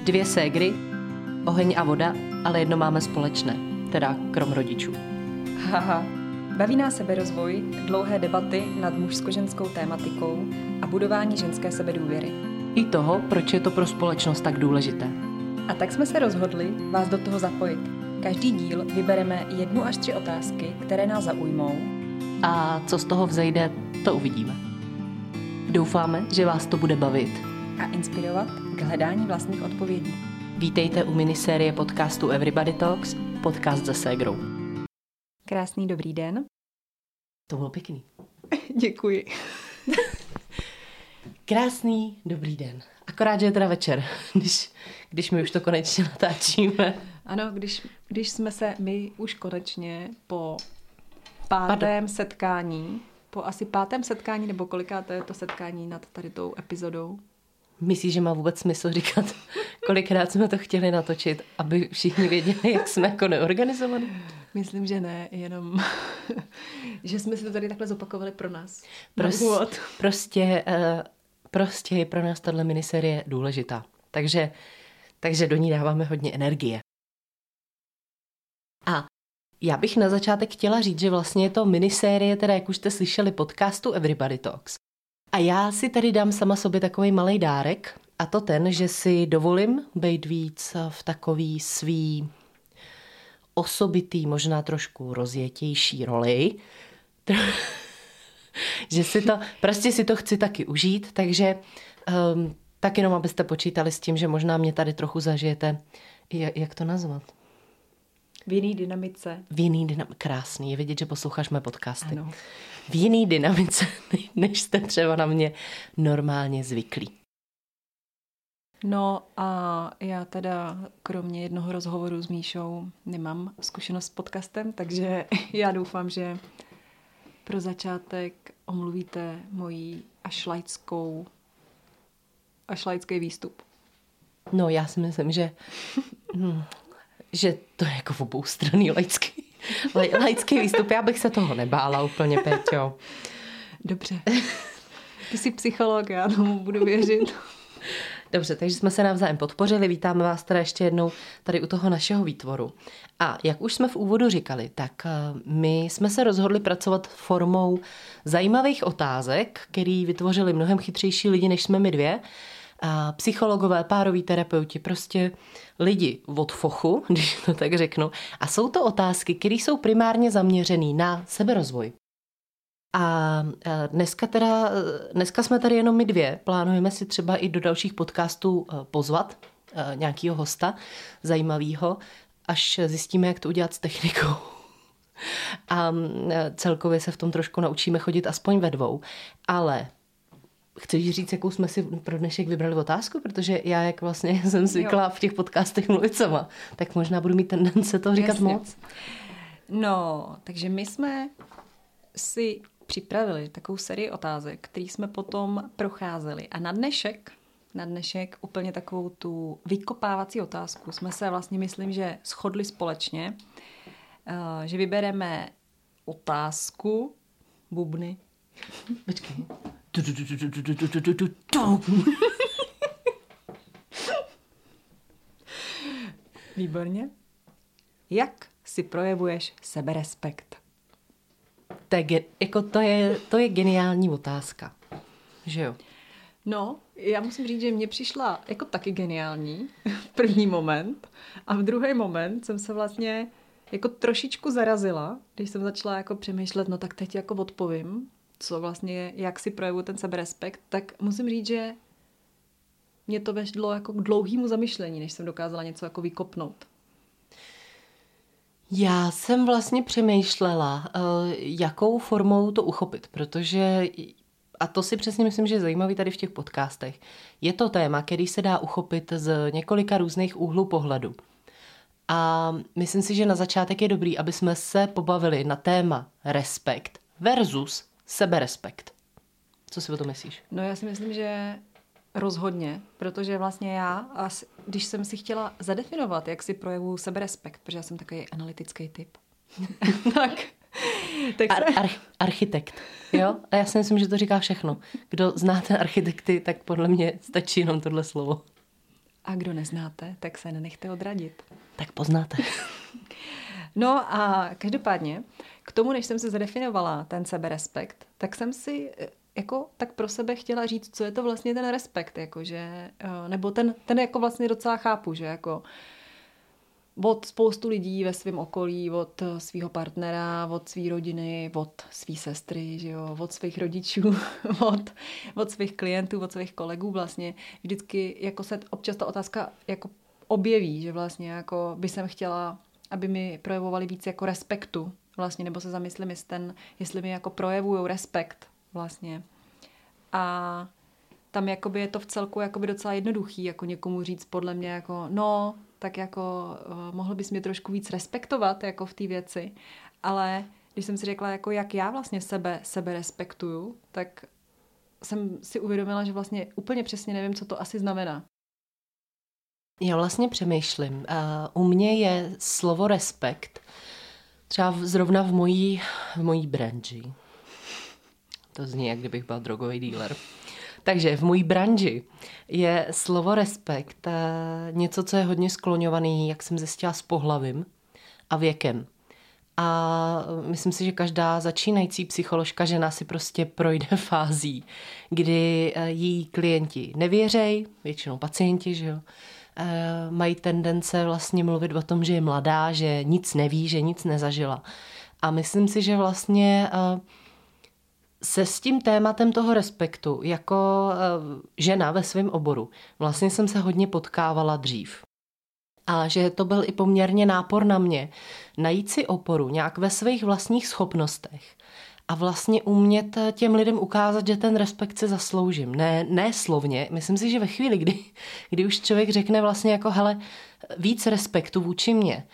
Dvě ségry, oheň a voda, ale jedno máme společné, teda krom rodičů. Haha, baví nás seberozvoj, dlouhé debaty nad mužsko-ženskou tématikou a budování ženské sebedůvěry. I toho, proč je to pro společnost tak důležité. A tak jsme se rozhodli vás do toho zapojit. Každý díl vybereme 1 až 3 otázky, které nás zaujmou. A co z toho vzejde, to uvidíme. Doufáme, že vás to bude bavit. A inspirovat k hledání vlastních odpovědí. Vítejte u minisérie podcastu Everybody Talks, podcast se ségrou. Krásný dobrý den. To bylo pěkný. Děkuji. Krásný dobrý den. Akorát, že je teda večer, když my už to konečně natáčíme. Ano, když jsme se my už konečně po setkání, po asi 5. setkání, nebo kolikáté je to setkání nad tady tou epizodou? Myslíš, že má vůbec smysl říkat, kolikrát jsme to chtěli natočit, aby všichni věděli, jak jsme jako neorganizovaní? Myslím, že ne, že jsme si to tady takhle zopakovali pro nás. Prostě je pro nás tahle miniserie důležitá. Takže do ní dáváme hodně energie. A já bych na začátek chtěla říct, že vlastně je to minisérie, teda jak už jste slyšeli podcastu Everybody Talks. A já si tady dám sama sobě takový malej dárek, a to ten, že si dovolím být víc v takový svý osobitý, možná trošku rozjetější roli. Že si to chci taky užít, takže tak jenom abyste počítali s tím, že možná mě tady trochu zažijete, jak to nazvat? V jiný dynamice. Krásný, je vidět, že posloucháš mé podcasty. Ano. V jiný dynamice, než jste třeba na mě normálně zvyklí. No a já teda kromě jednoho rozhovoru s Míšou nemám zkušenost s podcastem, takže já doufám, že pro začátek omluvíte mojí až laický výstup. No já si myslím, že to je jako v obou strany laický výstup. Já bych se toho nebála úplně, Péťo. Dobře. Ty jsi psycholog, já tomu budu věřit. Dobře, takže jsme se navzájem podpořili. Vítáme vás teda ještě jednou tady u toho našeho výtvoru. A jak už jsme v úvodu říkali, tak my jsme se rozhodli pracovat formou zajímavých otázek, který vytvořili mnohem chytřejší lidi, než jsme my dvě. A psychologové, pároví terapeuti, prostě lidi od fochu, když to tak řeknu. A jsou to otázky, které jsou primárně zaměřené na seberozvoj. A dneska jsme tady jenom my dvě. Plánujeme si třeba i do dalších podcastů pozvat nějakého hosta zajímavého, až zjistíme, jak to udělat s technikou. A celkově se v tom trošku naučíme chodit aspoň ve dvou. Ale chceš říct, jakou jsme si pro dnešek vybrali otázku? Protože já, jak vlastně jsem zvyklá v těch podcastech mluvit sama, tak možná budu mít tendence to říkat moc. No, takže my jsme si připravili takovou sérii otázek, který jsme potom procházeli. A na dnešek úplně takovou tu vykopávací otázku jsme se vlastně, myslím, že shodli společně, že vybereme otázku bubny. Počkej. Výborně. Jak si projevuješ seberespekt? To je geniální otázka. Že jo? No, já musím říct, že mě přišla jako taky geniální v první moment a v druhý moment jsem se vlastně jako trošičku zarazila, když jsem začala jako přemýšlet, no tak teď jako odpovím, co vlastně, jak si projevuji ten seberespekt, tak musím říct, že mě to vedlo jako k dlouhému zamyšlení, než jsem dokázala něco jako vykopnout. Já jsem vlastně přemýšlela, jakou formou to uchopit, protože, a to si přesně myslím, že je zajímavý tady v těch podcastech, je to téma, který se dá uchopit z několika různých úhlů pohledu. A myslím si, že na začátek je dobrý, aby jsme se pobavili na téma respekt versus seberespekt. Co si o to myslíš? No já si myslím, že rozhodně, protože vlastně já, když jsem si chtěla zadefinovat, jak si projevuju seberespekt, protože já jsem takový analytický typ, Architekt, jo? A já si myslím, že to říká všechno. Kdo znáte architekty, tak podle mě stačí jenom tohle slovo. A kdo neznáte, tak se nenechte odradit. Tak poznáte. No a každopádně, k tomu, než jsem si zadefinovala ten seberespekt, tak jsem si jako tak pro sebe chtěla říct, co je to vlastně ten respekt, jakože, nebo ten jako vlastně docela chápu, že jako od spoustu lidí ve svém okolí, od svého partnera, od své rodiny, od své sestry, že jo, od svých rodičů, od svých klientů, od svých kolegů vlastně. Vždycky jako se občas ta otázka jako objeví, že vlastně jako by jsem chtěla, aby mi projevovali víc jako respektu vlastně, nebo se zamyslím, jestli mi jako projevujou respekt vlastně. A tam jakoby je to v celku jakoby docela jednoduchý, jako někomu říct podle mě jako no, tak jako mohl bys mě trošku víc respektovat jako v té věci. Ale když jsem si řekla, jako jak já vlastně sebe respektuju, tak jsem si uvědomila, že vlastně úplně přesně nevím, co to asi znamená. Já vlastně přemýšlím. U mě je slovo respekt třeba zrovna v mojí branži. To zní, jak kdybych byl drogový dealer. Takže v mojí branži je slovo respekt něco, co je hodně skloňovaný, jak jsem zjistila, s pohlavím a věkem. A myslím si, že každá začínající psycholožka žena si prostě projde fází, kdy jí klienti nevěřej, většinou pacienti, že jo, mají tendence vlastně mluvit o tom, že je mladá, že nic neví, že nic nezažila. A myslím si, že vlastně se s tím tématem toho respektu jako žena ve svém oboru vlastně jsem se hodně potkávala dřív. A že to byl i poměrně nápor na mě najít si oporu nějak ve svých vlastních schopnostech a vlastně umět těm lidem ukázat, že ten respekt si zasloužím. Ne slovně, myslím si, že ve chvíli, kdy už člověk řekne vlastně jako hele, víc respektu vůči mně,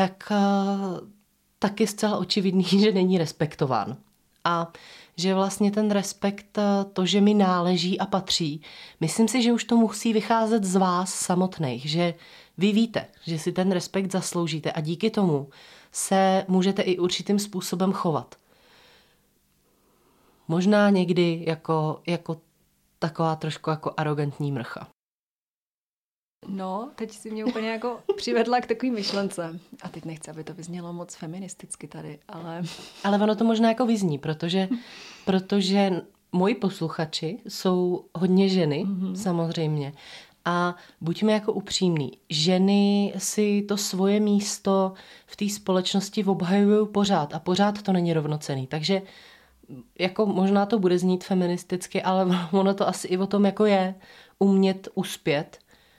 tak je zcela očividný, že není respektován. A že vlastně ten respekt, to, že mi náleží a patří, myslím si, že už to musí vycházet z vás samotných, že vy víte, že si ten respekt zasloužíte a díky tomu se můžete i určitým způsobem chovat. Možná někdy jako taková trošku jako arrogantní mrcha. No, teď si mě úplně jako přivedla k takové myšlence. A teď nechci, aby to vyznělo moc feministicky tady, ale... Ale ono to možná jako vyzní, protože moji posluchači jsou hodně ženy, samozřejmě. A buďme jako upřímní. Ženy si to svoje místo v té společnosti obhajují pořád a pořád to není rovnocenný. Takže jako možná to bude znít feministicky, ale ono to asi i o tom jako je umět uspět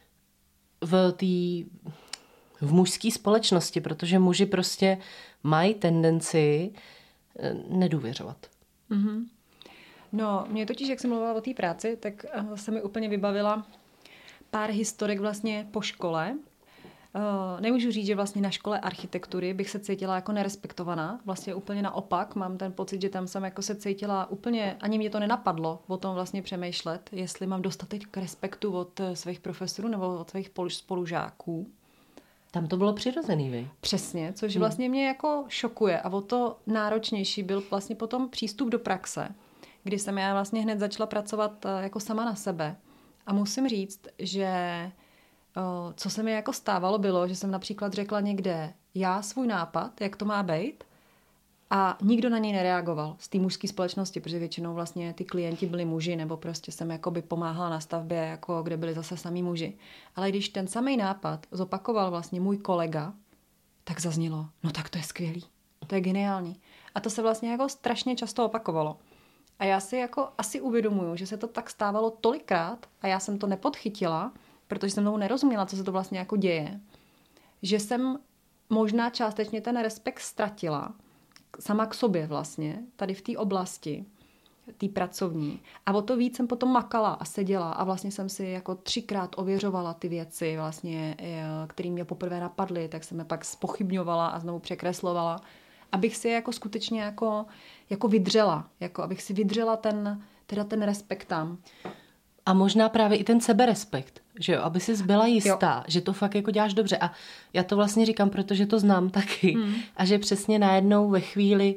v mužské společnosti, protože muži prostě mají tendenci nedůvěřovat. Mm-hmm. No, mě totiž, jak jsem mluvila o té práci, tak se mi úplně vybavila pár historek vlastně po škole. Nemůžu říct, že vlastně na škole architektury bych se cítila jako nerespektovaná. Vlastně úplně naopak. Mám ten pocit, že tam jsem jako se cítila úplně, ani mě to nenapadlo o tom vlastně přemýšlet, jestli mám dostatek respektu od svých profesorů nebo od svých spolužáků. Tam to bylo přirozený, vy? Přesně, což vlastně mě jako šokuje. A o to náročnější byl vlastně potom přístup do praxe, kdy jsem já vlastně hned začala pracovat jako sama na sebe. A musím říct, že co se mi jako stávalo bylo, že jsem například řekla někde já svůj nápad, jak to má být, a nikdo na něj nereagoval z té mužské společnosti, protože většinou vlastně ty klienti byli muži, nebo prostě jsem jakoby pomáhala na stavbě, jako kde byli zase samý muži. Ale když ten samý nápad zopakoval vlastně můj kolega, tak zaznělo, no tak to je skvělý, to je geniální. A to se vlastně jako strašně často opakovalo. A já si jako asi uvědomuju, že se to tak stávalo tolikrát a já jsem to nepodchytila, protože jsem tomu nerozuměla, co se to vlastně jako děje, že jsem možná částečně ten respekt ztratila sama k sobě vlastně, tady v té oblasti, té pracovní. A o to víc jsem potom makala a seděla a vlastně jsem si jako 3krát ověřovala ty věci, vlastně, které mě poprvé napadly, tak jsem je pak zpochybňovala a znovu překreslovala, abych si jako skutečně jako vydřela, jako abych si vydřela ten respekt tam. A možná právě i ten seberespekt, že jo, aby si byla jistá, že to fakt jako děláš dobře. A já to vlastně říkám, protože to znám taky. A že přesně najednou ve chvíli,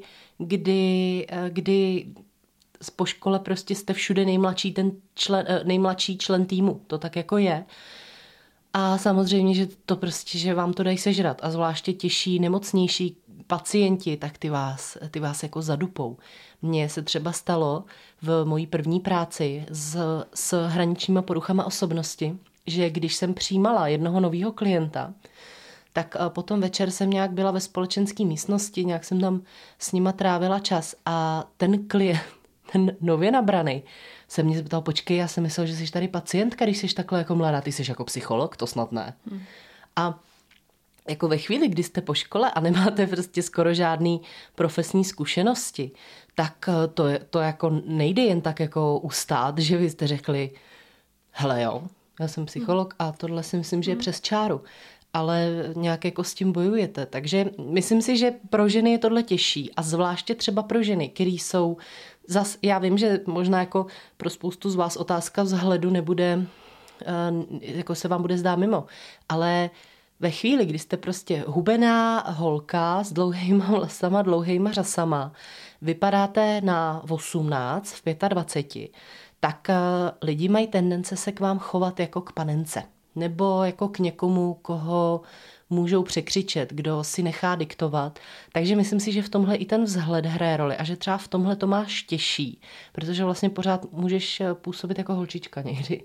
kdy po škole prostě jste všude nejmladší člen týmu, to tak jako je. A samozřejmě, že to prostě, že vám to dají sežrat a zvláště těžší, nemocnější pacienti, tak ty vás jako zadupou. Mně se třeba stalo v mojí první práci s hraničníma poruchama osobnosti, že když jsem přijímala jednoho nového klienta, tak potom večer jsem nějak byla ve společenské místnosti, nějak jsem tam s nima trávila čas a ten klient, ten nově nabraný, se mě zeptal, počkej, já jsem myslel, že jsi tady pacientka, když jsi takhle jako mladá, ty jsi jako psycholog, to snad ne. A jako ve chvíli, kdy jste po škole a nemáte prostě skoro žádný profesní zkušenosti, tak to jako nejde jen tak jako ustát, že vy jste řekli, hele jo, já jsem psycholog a tohle si myslím, že je přes čáru. Ale nějak jako s tím bojujete. Takže myslím si, že pro ženy je tohle těžší a zvláště třeba pro ženy, které jsou já vím, že možná jako pro spoustu z vás otázka vzhledu nebude, jako se vám bude zdát mimo, ale ve chvíli, kdy jste prostě hubená holka s dlouhýma vlasama, dlouhýma řasama, vypadáte na 18, v 25, tak lidi mají tendence se k vám chovat jako k panence. Nebo jako k někomu, koho můžou překřičet, kdo si nechá diktovat. Takže myslím si, že v tomhle i ten vzhled hraje roli a že třeba v tomhle to máš těžší, protože vlastně pořád můžeš působit jako holčička někdy.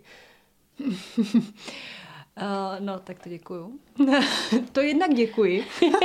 No, tak to děkuju. To jednak děkuji.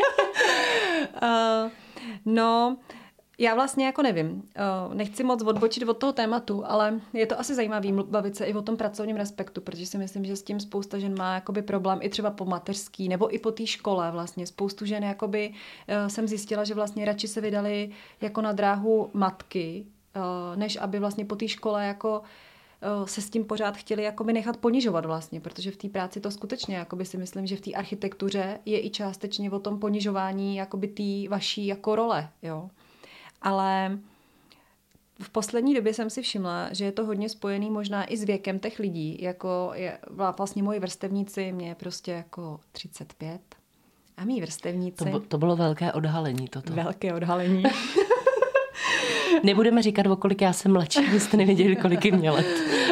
No, já vlastně jako nevím, nechci moc odbočit od toho tématu, ale je to asi zajímavý bavit se i o tom pracovním respektu, protože si myslím, že s tím spousta žen má jakoby problém i třeba po mateřský nebo i po té škole vlastně. Spoustu žen jakoby jsem zjistila, že vlastně radši se vydali jako na dráhu matky, než aby vlastně po té škole jako se s tím pořád chtěli jakoby nechat ponižovat vlastně, protože v té práci to skutečně jakoby si myslím, že v té architektuře je i částečně o tom ponižování jakoby té vaší jako role, jo. Ale v poslední době jsem si všimla, že je to hodně spojený možná i s věkem těch lidí, jako je vlastně moji vrstevníci, mě je prostě jako 35 a mý vrstevníci... To bylo velké odhalení toto. Velké odhalení. Nebudeme říkat, o kolik já jsem mladší, abyste nevěděli, kolik jim měl let.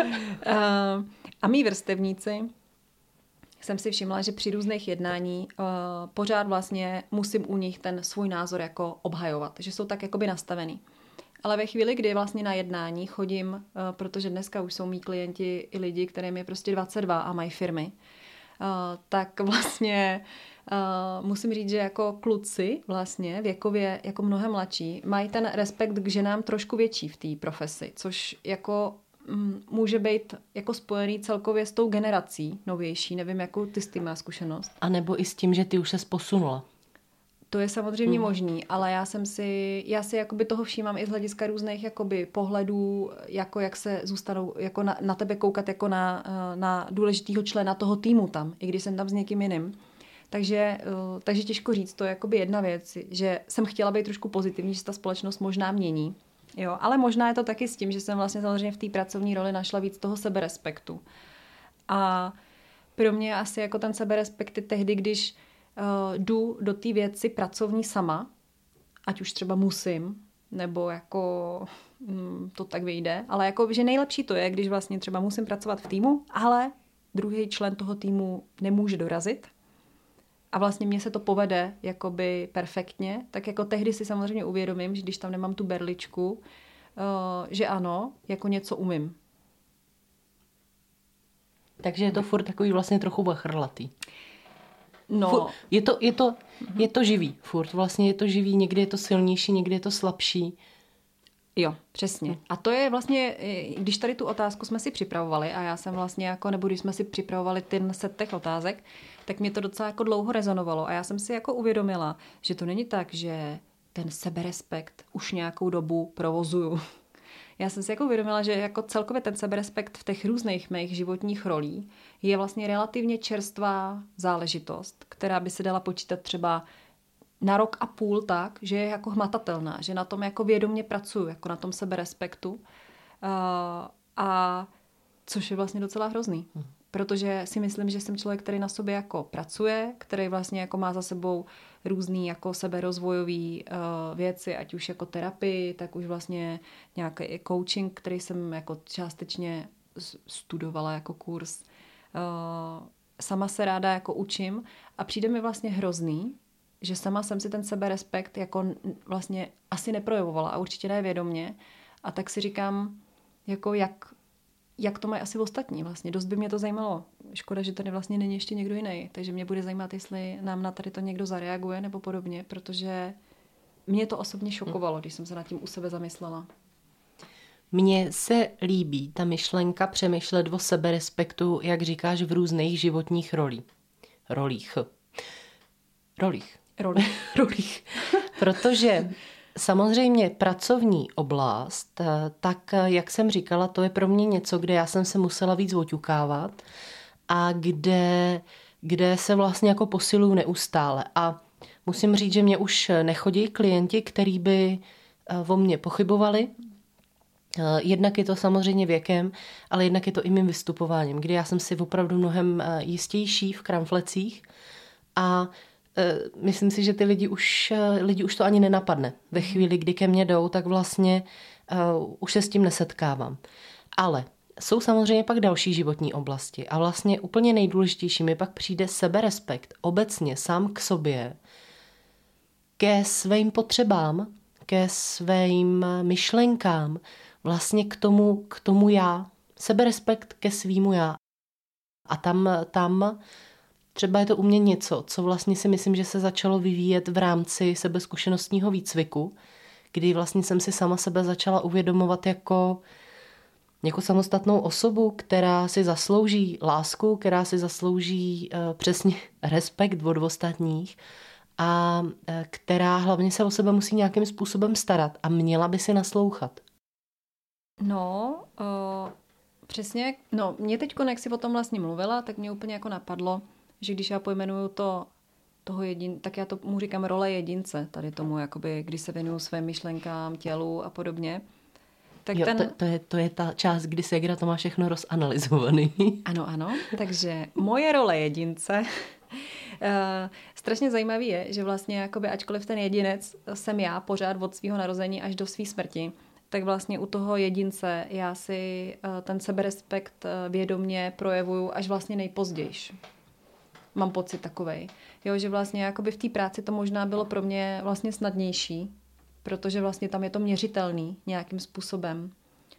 A mý vrstevníci jsem si všimla, že při různých jednání pořád vlastně musím u nich ten svůj názor jako obhajovat, že jsou tak jakoby nastavený. Ale ve chvíli, kdy vlastně na jednání chodím, protože dneska už jsou mý klienti i lidi, kterým je prostě 22 a mají firmy, tak vlastně musím říct, že jako kluci vlastně věkově jako mnohem mladší mají ten respekt k ženám trošku větší v té profesi, což jako může být jako spojený celkově s tou generací novější. Nevím, jakou ty s tím máš zkušenost. A nebo i s tím, že ty už se posunula. To je samozřejmě možný, ale já si jakoby toho všímám i z hlediska různých jakoby pohledů, jako jak se zůstanou jako na tebe koukat jako na důležitýho člena toho týmu tam, i když jsem tam s někým jiným. Takže těžko říct, to je jakoby jedna věc, že jsem chtěla být trošku pozitivní, že se ta společnost možná mění. Jo, ale možná je to taky s tím, že jsem vlastně samozřejmě v té pracovní roli našla víc toho seberespektu. A pro mě asi jako ten seberespekt je tehdy, když jdu do té věci pracovní sama, ať už třeba musím, nebo jako to tak vyjde, ale jako, že nejlepší to je, když vlastně třeba musím pracovat v týmu, ale druhý člen toho týmu nemůže dorazit a vlastně mně se to povede jakoby perfektně, tak jako tehdy si samozřejmě uvědomím, že když tam nemám tu berličku, že ano, jako něco umím. Takže je to furt takový vlastně trochu bachrlatý. No. Je to živý. Furt vlastně je to živý, někdy je to silnější, někdy je to slabší. Jo, přesně. A to je vlastně, když tady tu otázku jsme si připravovali a já jsem vlastně jako, nebo když jsme si připravovali ten set těch otázek, tak mě to docela jako dlouho rezonovalo a já jsem si jako uvědomila, že to není tak, že ten seberespekt už nějakou dobu provozuju. Já jsem si jako uvědomila, že jako celkově ten seberespekt v těch různých mých životních rolí je vlastně relativně čerstvá záležitost, která by se dala počítat třeba na rok a půl tak, že je jako hmatatelná, že na tom jako vědomě pracuju, jako na tom seberespektu. A což je vlastně docela hrozný. Protože si myslím, že jsem člověk, který na sobě jako pracuje, který vlastně jako má za sebou různý jako seberozvojový věci, ať už jako terapii, tak už vlastně nějaký coaching, který jsem jako částečně studovala jako kurz. sama se ráda jako učím a přijde mi vlastně hrozný, že sama jsem si ten seberespekt jako vlastně asi neprojevovala a určitě ne vědomě. A tak si říkám, jako jak to mají asi ostatní vlastně. Dost by mě to zajímalo. Škoda, že tady vlastně není ještě někdo jiný. Takže mě bude zajímat, jestli nám na tady to někdo zareaguje nebo podobně, protože mě to osobně šokovalo, když jsem se nad tím u sebe zamyslela. Mně se líbí ta myšlenka přemýšlet o seberespektu, jak říkáš, v různých životních rolích. Protože samozřejmě pracovní oblast, tak jak jsem říkala, to je pro mě něco, kde já jsem se musela víc oťukávat a kde se vlastně jako posiluju neustále. A musím říct, že mě už nechodí klienti, kteří by o mě pochybovali. Jednak je to samozřejmě věkem, ale jednak je to i mým vystupováním, kdy já jsem si opravdu mnohem jistější v kramflecích a myslím si, že ty lidi už to ani nenapadne. Ve chvíli, kdy ke mně jdou, tak vlastně už se s tím nesetkávám. Ale jsou samozřejmě pak další životní oblasti a vlastně úplně nejdůležitější mi pak přijde seberespekt obecně sám k sobě, ke svým potřebám, ke svým myšlenkám, vlastně k tomu já. Seberespekt ke svýmu já. A tam třeba je to u mě něco, co vlastně si myslím, že se začalo vyvíjet v rámci sebezkušenostního výcviku, kdy vlastně jsem si sama sebe začala uvědomovat jako samostatnou osobu, která si zaslouží lásku, která si zaslouží přesně respekt od ostatních a která hlavně se o sebe musí nějakým způsobem starat a měla by si naslouchat. No, přesně, mě teďko, jak jsi o tom vlastně mluvila, tak mě úplně jako napadlo, že když já pojmenuju toho tak já to mu říkám role jedince, tady tomu, jakoby, když se věnuju svým myšlenkám, tělu a podobně. Tak jo, to je ta část, kdy Segra to má všechno rozanalyzovaný. Ano, takže moje role jedince, strašně zajímavý je, že vlastně jakoby, ačkoliv ten jedinec jsem já pořád od svého narození až do své smrti, tak vlastně u toho jedince já si ten seberespekt vědomě projevuju až vlastně nejpozdější. Mám pocit takovej. Jo, že vlastně jakoby v té práci to možná bylo pro mě vlastně snadnější, protože vlastně tam je to měřitelný nějakým způsobem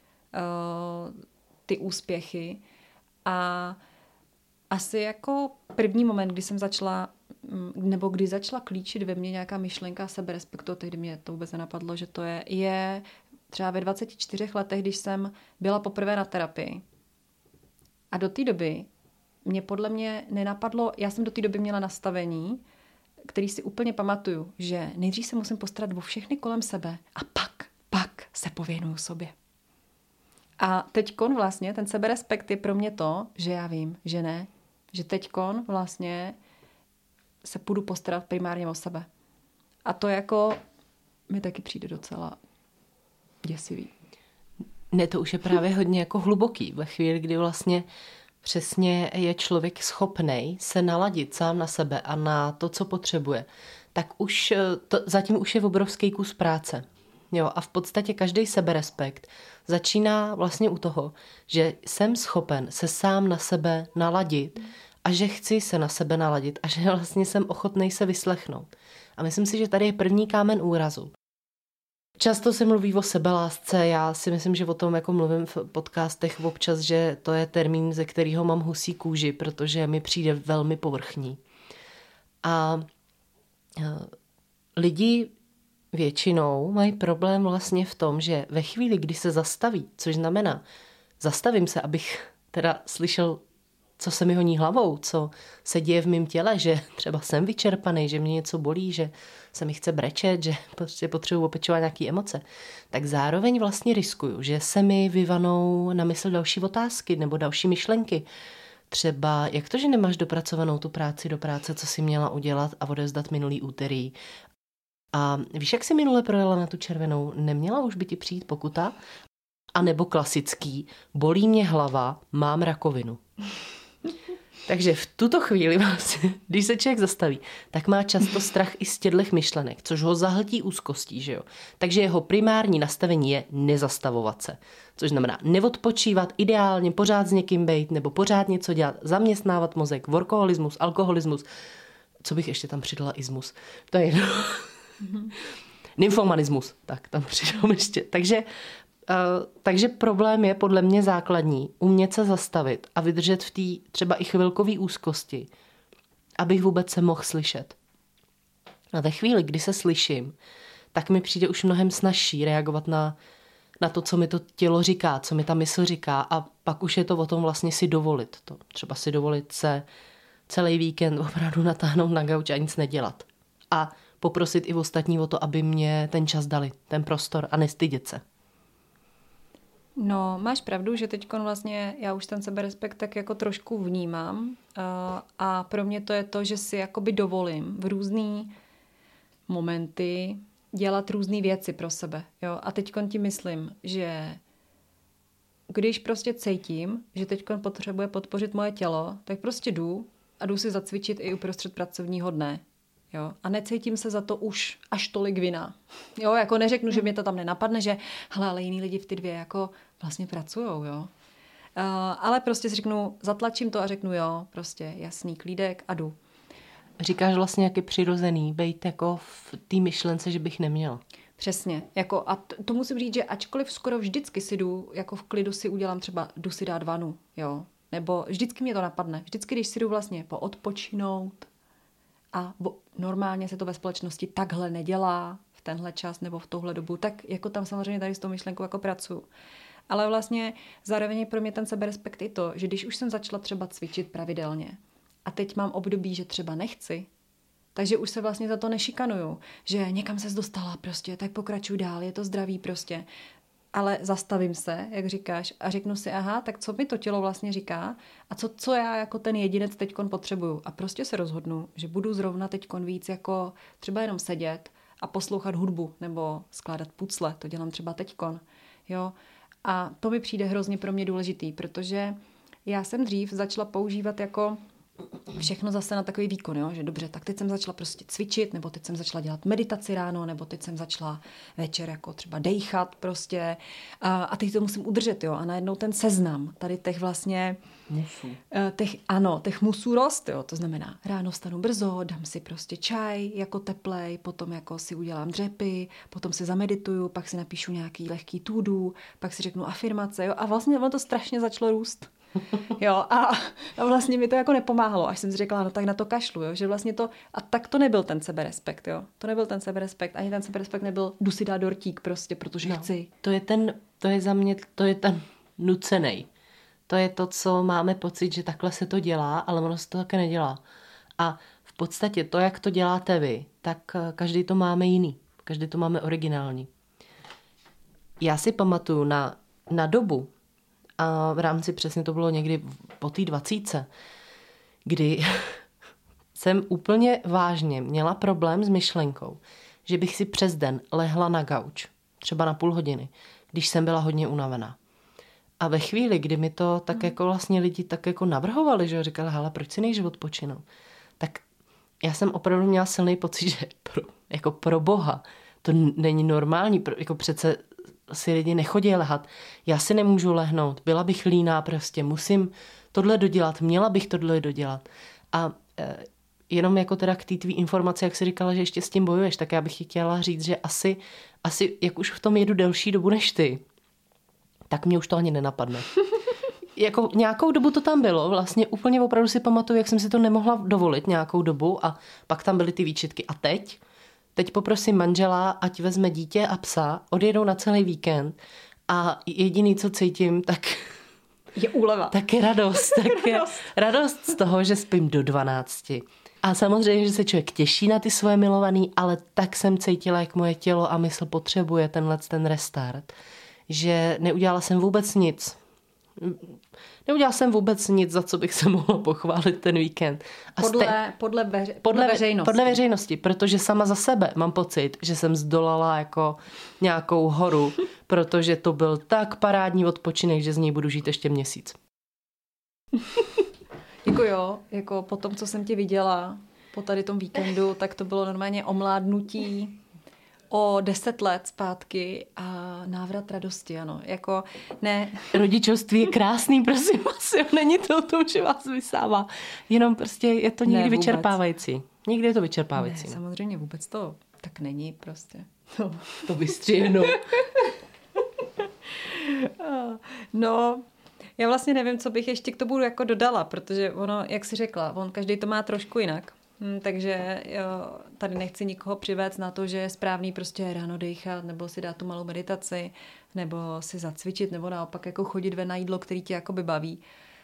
ty úspěchy. A asi jako první moment, kdy jsem začala, nebo kdy začala klíčit ve mně nějaká myšlenka seberespektu, tehdy mě to vůbec nenapadlo, že to je třeba ve 24 letech, když jsem byla poprvé na terapii. A do té doby mě podle mě nenapadlo, já jsem do té doby měla nastavení, který si úplně pamatuju, že nejdřív se musím postarat o všechny kolem sebe a pak se pověnuju sobě. A teďkon vlastně ten seberespekt je pro mě to, že já vím, že ne, že teďkon vlastně se půjdu postarat primárně o sebe. A to jako mi taky přijde docela děsivý. Ne, to už je právě hodně jako hluboký. Ve chvíli, kdy vlastně přesně je člověk schopnej se naladit sám na sebe a na to, co potřebuje, tak zatím už je obrovský kus práce. Jo, a v podstatě každý seberespekt začíná vlastně u toho, že jsem schopen se sám na sebe naladit a že chci se na sebe naladit a že vlastně jsem ochotnej se vyslechnout. A myslím si, že tady je první kámen úrazu. Často se mluví o sebelásce, já si myslím, že o tom jako mluvím v podcastech občas, že to je termín, ze kterého mám husí kůži, protože mi přijde velmi povrchní. A lidi většinou mají problém vlastně v tom, že ve chvíli, kdy se zastaví, což znamená, zastavím se, abych teda slyšel, co se mi honí hlavou, co se děje v mém těle, že třeba jsem vyčerpaný, že mě něco bolí, že se mi chce brečet, že prostě potřebuji opečovat nějaké emoce, tak zároveň vlastně riskuju, že se mi vyvanou na mysl další otázky nebo další myšlenky. Třeba, jak to, že nemáš dopracovanou tu práci do práce, co jsi měla udělat a odevzdat minulý úterý? A víš, jak jsi minule projela na tu červenou? Neměla už by ti přijít pokuta? A nebo klasický, bolí mě hlava, mám rakovinu. Takže v tuto chvíli vlastně, když se člověk zastaví, tak má často strach i z těchto myšlenek, což ho zahltí úzkostí, že jo. Takže jeho primární nastavení je nezastavovat se. Což znamená neodpočívat, ideálně pořád s někým bejt, nebo pořád něco dělat, zaměstnávat mozek, workoholismus, alkoholismus. Co bych ještě tam přidala? Ismus. To je jedno. Nymfomanismus. Tak tam přidám ještě. Takže problém je podle mě základní umět se zastavit a vydržet v té třeba i chvilkové úzkosti, abych vůbec se mohl slyšet. A ve chvíli, kdy se slyším, tak mi přijde už mnohem snazší reagovat na to, co mi to tělo říká, co mi ta mysl říká, a pak už je to o tom vlastně si dovolit to. Třeba si dovolit se celý víkend opravdu natáhnout na gauč a nic nedělat. A poprosit i ostatní o to, aby mě ten čas dali, ten prostor, a nestydět se. No, máš pravdu, že teď vlastně já už ten seberespekt tak jako trošku vnímám a pro mě to je to, že si jakoby dovolím v různý momenty dělat různé věci pro sebe. Jo? A teď ti myslím, že když prostě cítím, že teď potřebuje podpořit moje tělo, tak prostě jdu si zacvičit i uprostřed pracovního dne. Jo? A necítím se za to už až tolik vina. Jo, jako neřeknu, že mě to tam nenapadne, že hele, ale jiný lidi v ty dvě jako vlastně pracujou, jo. Ale prostě si řeknu, zatlačím to a řeknu jo, prostě jasný klídek a jdu. Říkáš vlastně, jak je přirozený bejt jako v té myšlence, že bych neměla. Přesně. Jako, a to musím říct, že ačkoliv skoro vždycky si jdu, jako v klidu si udělám třeba, jdu si dát vanu, jo. Nebo vždycky mě to napadne. Vždycky, když si jdu vlastně poodpočinout a normálně se to ve společnosti takhle nedělá v tenhle čas nebo v touhle dobu, tak jako tam samozřejmě tady s tou myšlenkou jako pracuju. Ale vlastně zároveň je pro mě ten seberespekt i to, že když už jsem začala třeba cvičit pravidelně a teď mám období, že třeba nechci, takže už se vlastně za to nešikanuju, že někam ses dostala prostě, tak pokračuj dál, je to zdravý prostě. Ale zastavím se, jak říkáš, a řeknu si, aha, tak co mi to tělo vlastně říká a co já jako ten jedinec teďkon potřebuju. A prostě se rozhodnu, že budu zrovna teďkon víc jako třeba jenom sedět a poslouchat hudbu nebo skládat pucle, to dělám třeba teďkon, jo. A to mi přijde hrozně pro mě důležitý, protože já jsem dřív začala používat jako všechno zase na takový výkon, jo? Že dobře, tak teď jsem začala prostě cvičit, nebo teď jsem začala dělat meditaci ráno, nebo teď jsem začala večer jako třeba dejchat prostě a teď to musím udržet, jo? A najednou ten seznam tady těch vlastně musů. Těch musů rost, jo? To znamená, ráno vstanu brzo, dám si prostě čaj jako teplej, potom jako si udělám dřepy, potom si zamedituju, pak si napíšu nějaký lehký to-do, pak si řeknu afirmace, jo? A vlastně ono to strašně začalo růst. Jo, a vlastně mi to jako nepomáhalo, až jsem si řekla, no tak na to kašlu, jo, že vlastně to, a tak to nebyl ten seberespekt, jo, to nebyl ten seberespekt, ani ten seberespekt nebyl, jdu si dát dortík prostě, protože chci. To je za mě, to je ten nucenej. To je to, co máme pocit, že takhle se to dělá, ale ono se to také nedělá. A v podstatě to, jak to děláte vy, tak každý to máme jiný, každý to máme originální. Já si pamatuju na dobu, a v rámci přesně to bylo někdy po té 20, kdy jsem úplně vážně měla problém s myšlenkou, že bych si přes den lehla na gauč, třeba na půl hodiny, když jsem byla hodně unavená. A ve chvíli, kdy mi to tak jako vlastně lidi tak jako navrhovali, že říkali, hele, proč si nejdeš odpočinout? Tak já jsem opravdu měla silný pocit, že jako pro Boha to není normální, jako přece si lidi nechodí lehat. Já si nemůžu lehnout, byla bych líná prostě, musím tohle dodělat, měla bych tohle dodělat. A jenom jako teda k té tvý informaci, jak jsi říkala, že ještě s tím bojuješ, tak já bych ti chtěla říct, že asi jak už v tom jedu delší dobu než ty, tak mě už to ani nenapadne. Jako nějakou dobu to tam bylo, vlastně úplně opravdu si pamatuju, jak jsem si to nemohla dovolit nějakou dobu a pak tam byly ty výčitky. A teď poprosím manžela, ať vezme dítě a psa, odjedou na celý víkend a jediný, co cítím, tak je úleva. Tak je radost. Radost z toho, že spím do 12. A samozřejmě, že se člověk těší na ty svoje milovaný, ale tak jsem cítila, jak moje tělo a mysl potřebuje ten restart, že neudělala jsem vůbec nic. Neudělala jsem vůbec nic, za co bych se mohla pochválit ten víkend. A podle veřejnosti. Podle veřejnosti, protože sama za sebe mám pocit, že jsem zdolala jako nějakou horu, protože to byl tak parádní odpočinek, že z něj budu žít ještě měsíc. teďko jo, jako po tom, co jsem tě viděla, po tady tom víkendu, tak to bylo normálně omládnutí o 10 let zpátky a návrat radosti, ano. Jako, ne. Rodičovství je krásný, prosím vás, jo. Není to o tom, že vás vysává. Jenom prostě je to někdy vyčerpávající. Někdy je to vyčerpávající. Ne, samozřejmě vůbec to tak není prostě. To vystřihnu. No, já vlastně nevím, co bych ještě k tomu jako dodala, protože ono, jak jsi řekla, každý to má trošku jinak. Takže jo, tady nechci nikoho přivést na to, že je správný prostě ráno dýchat, nebo si dát tu malou meditaci, nebo si zacvičit, nebo naopak jako chodit ven na jídlo, který tě jakoby baví.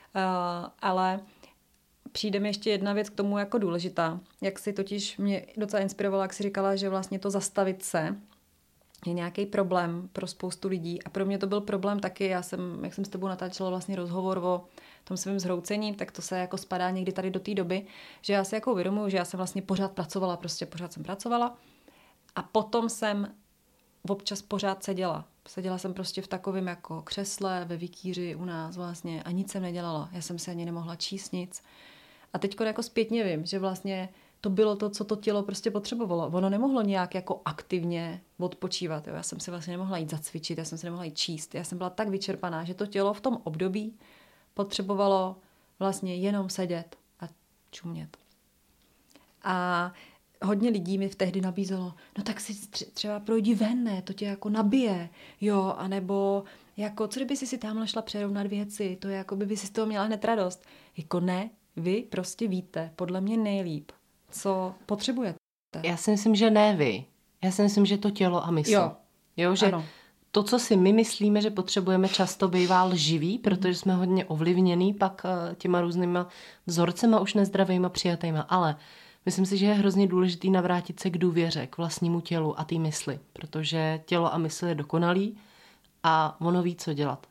Ale přijde mi ještě jedna věc k tomu jako důležitá. Jak si totiž mě docela inspirovala, jak si říkala, že vlastně to zastavit se je nějaký problém pro spoustu lidí. A pro mě to byl problém taky. Jak jsem s tebou natáčela vlastně rozhovor o tom svém zhroucení, tak to se jako spadá někdy tady do té doby, že já si jako uvědomuji, že já jsem vlastně pořád jsem pracovala a potom jsem občas pořád seděla. Seděla jsem prostě v takovém jako křesle ve Vikíři u nás vlastně a nic jsem nedělala. Já jsem si ani nemohla číst nic. A teď jako zpětně vím, že vlastně to bylo to, co to tělo prostě potřebovalo. Ono nemohlo nějak jako aktivně odpočívat. Jo. Já jsem si vlastně nemohla jít zacvičit, já jsem si nemohla jít číst. Já jsem byla tak vyčerpaná, že to tělo v tom období potřebovalo vlastně jenom sedět a čumět. A hodně lidí mi v tehdy nabízelo, no tak si třeba projdi ven, ne, to tě jako nabije, jo, anebo jako, co kdyby si tamhle šla přerovnat věci, to je jako by si z toho měla hned radost. Jako ne, vy prostě víte, podle mě nejlíp, co potřebujete. Já si myslím, že ne vy. Já si myslím, že to tělo a mysl. Jo, že ano. To, co si my myslíme, že potřebujeme, často bývá lživý, protože jsme hodně ovlivněný pak těma různýma vzorcema už nezdravýma přijatýma. Ale myslím si, že je hrozně důležitý navrátit se k důvěře, k vlastnímu tělu a té mysli, protože tělo a mysl je dokonalý a ono ví, co dělat.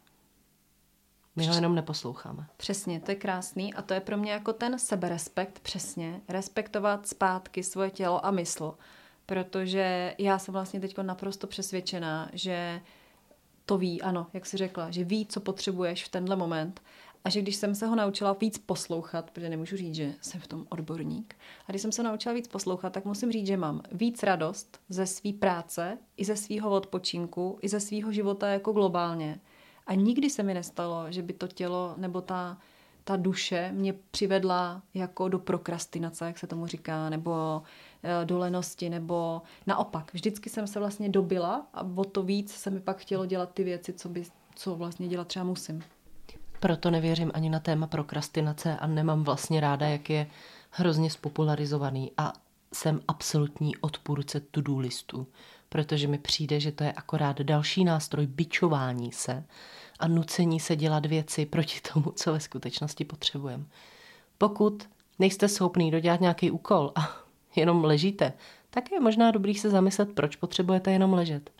My ho jenom neposloucháme. Přesně, to je krásný a to je pro mě jako ten seberespekt, přesně, respektovat zpátky svoje tělo a mysl. Protože já jsem vlastně teď naprosto přesvědčená, že to ví, ano, jak jsi řekla, že ví, co potřebuješ v tenhle moment a že když jsem se ho naučila víc poslouchat, protože nemůžu říct, že jsem v tom odborník, a když jsem se naučila víc poslouchat, tak musím říct, že mám víc radost ze své práce, i ze svého odpočinku, i ze svého života jako globálně. A nikdy se mi nestalo, že by to tělo nebo ta duše mě přivedla jako do prokrastinace, jak se tomu říká, nebo do lenosti, nebo naopak. Vždycky jsem se vlastně dobila a o to víc se mi pak chtělo dělat ty věci, co vlastně dělat třeba musím. Proto nevěřím ani na téma prokrastinace a nemám vlastně ráda, jak je hrozně spopularizovaný a jsem absolutní odpůrce to-do listu, protože mi přijde, že to je akorát další nástroj bičování se a nucení se dělat věci proti tomu, co ve skutečnosti potřebujeme. Pokud nejste schopný dodělat nějaký úkol a jenom ležíte, tak je možná dobrý se zamyslet, proč potřebujete jenom ležet.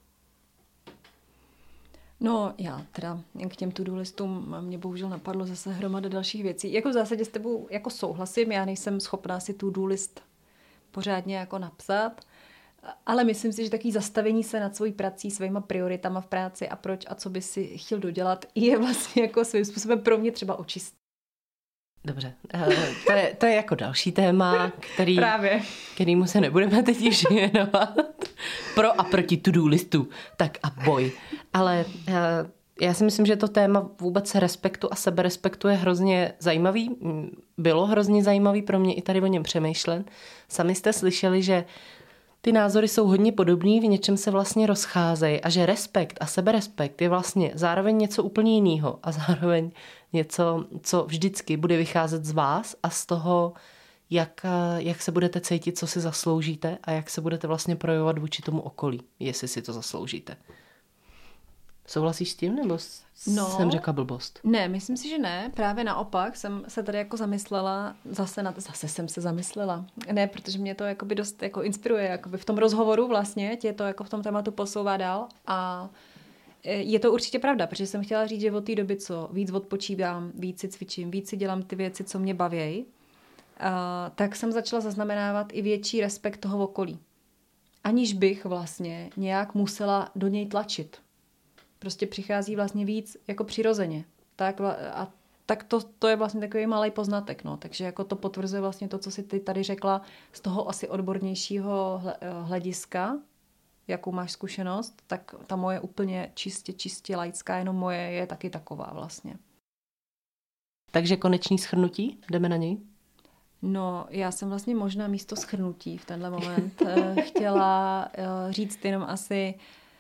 No já teda k těm to-do listům mě bohužel napadlo zase hromada dalších věcí. Jako v zásadě s tebou jako souhlasím, já nejsem schopná si to-do list pořádně jako napsat, ale myslím si, že takový zastavení se nad svojí prací, svýma prioritama v práci a proč a co by si chtěl dodělat, je vlastně jako svým způsobem pro mě třeba očist. Dobře, to je jako další téma, kterýmu se nebudeme teď již věnovat. Pro a proti to-do listu, tak a boj. Ale já si myslím, že to téma vůbec respektu a seberespektu je hrozně zajímavý. Bylo hrozně zajímavý pro mě i tady o něm přemýšlet. Sami jste slyšeli, že ty názory jsou hodně podobný, v něčem se vlastně rozcházejí a že respekt a seberespekt je vlastně zároveň něco úplně jiného a zároveň něco, co vždycky bude vycházet z vás a z toho, jak se budete cítit, co si zasloužíte a jak se budete vlastně projevovat vůči tomu okolí, jestli si to zasloužíte. Souhlasíš s tím, nebo jsem řekla blbost? Ne, myslím si, že ne. Právě naopak jsem se tady jako zamyslela, zase jsem se zamyslela. Ne, protože mě to jakoby dost jako inspiruje, jakoby v tom rozhovoru vlastně, tě to jako v tom tématu posouvá dál a je to určitě pravda, protože jsem chtěla říct, že od té doby, co víc odpočívám, víc si cvičím, víc si dělám ty věci, co mě baví, tak jsem začala zaznamenávat i větší respekt toho okolí. Aniž bych vlastně nějak musela do něj tlačit. Prostě přichází vlastně víc jako přirozeně. Tak a tak to je vlastně takový malý poznatek, no. Takže jako to potvrzuje vlastně to, co si ty tady řekla z toho asi odbornějšího hlediska, jakou máš zkušenost, tak ta moje úplně čistě laická, jenom moje je taky taková vlastně. Takže konečný shrnutí, jdeme na něj? No, já jsem vlastně možná místo shrnutí v tenhle moment chtěla říct jenom asi,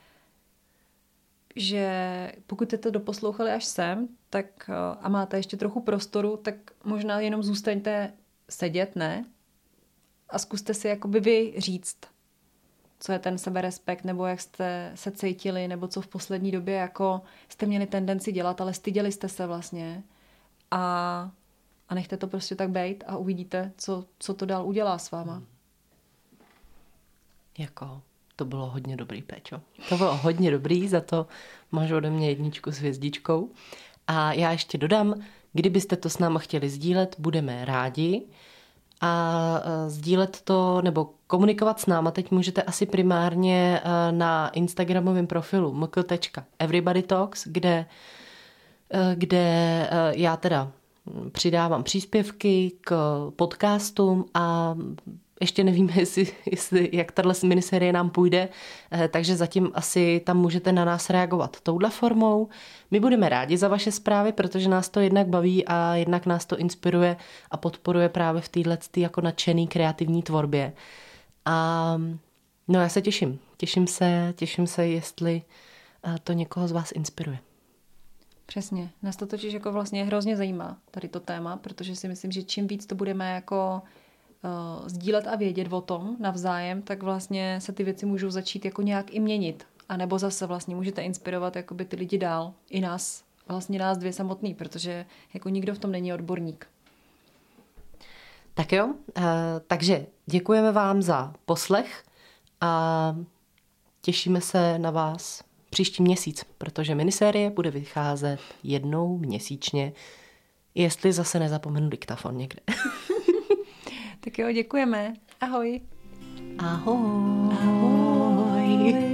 že pokud jste to doposlouchali až sem, tak a máte ještě trochu prostoru, tak možná jenom zůstaňte sedět, ne? A zkuste si jakoby vy říct, co je ten seberespekt, nebo jak jste se cítili, nebo co v poslední době jako jste měli tendenci dělat, ale styděli jste se vlastně. A nechte to prostě tak bejt a uvidíte, co to dál udělá s váma. Jako, to bylo hodně dobrý, Péčo. To bylo hodně dobrý, za to máš ode mě 1 s hvězdičkou. A já ještě dodám, kdybyste to s náma chtěli sdílet, budeme rádi. A sdílet to nebo komunikovat s náma teď můžete asi primárně na instagramovém profilu mk.everybodytalks, kde já teda přidávám příspěvky k podcastům a ještě nevíme, jestli jak tato miniserie nám půjde, takže zatím asi tam můžete na nás reagovat touhle formou. My budeme rádi za vaše zprávy, protože nás to jednak baví a jednak nás to inspiruje a podporuje právě v této jako nadšený kreativní tvorbě. A no já se těším. Těším se, jestli to někoho z vás inspiruje. Přesně. Nás to totiž jako vlastně hrozně zajímá, tady to téma, protože si myslím, že čím víc to budeme jako sdílet a vědět o tom navzájem, tak vlastně se ty věci můžou začít jako nějak i měnit. A nebo zase vlastně můžete inspirovat jakoby ty lidi dál. I nás, vlastně nás 2 samotný, protože jako nikdo v tom není odborník. Tak jo, takže děkujeme vám za poslech a těšíme se na vás příští měsíc, protože minisérie bude vycházet 1 měsíčně, jestli zase nezapomenu diktafon někde. Tak jo, děkujeme. Ahoj. Ahoj. Ahoj.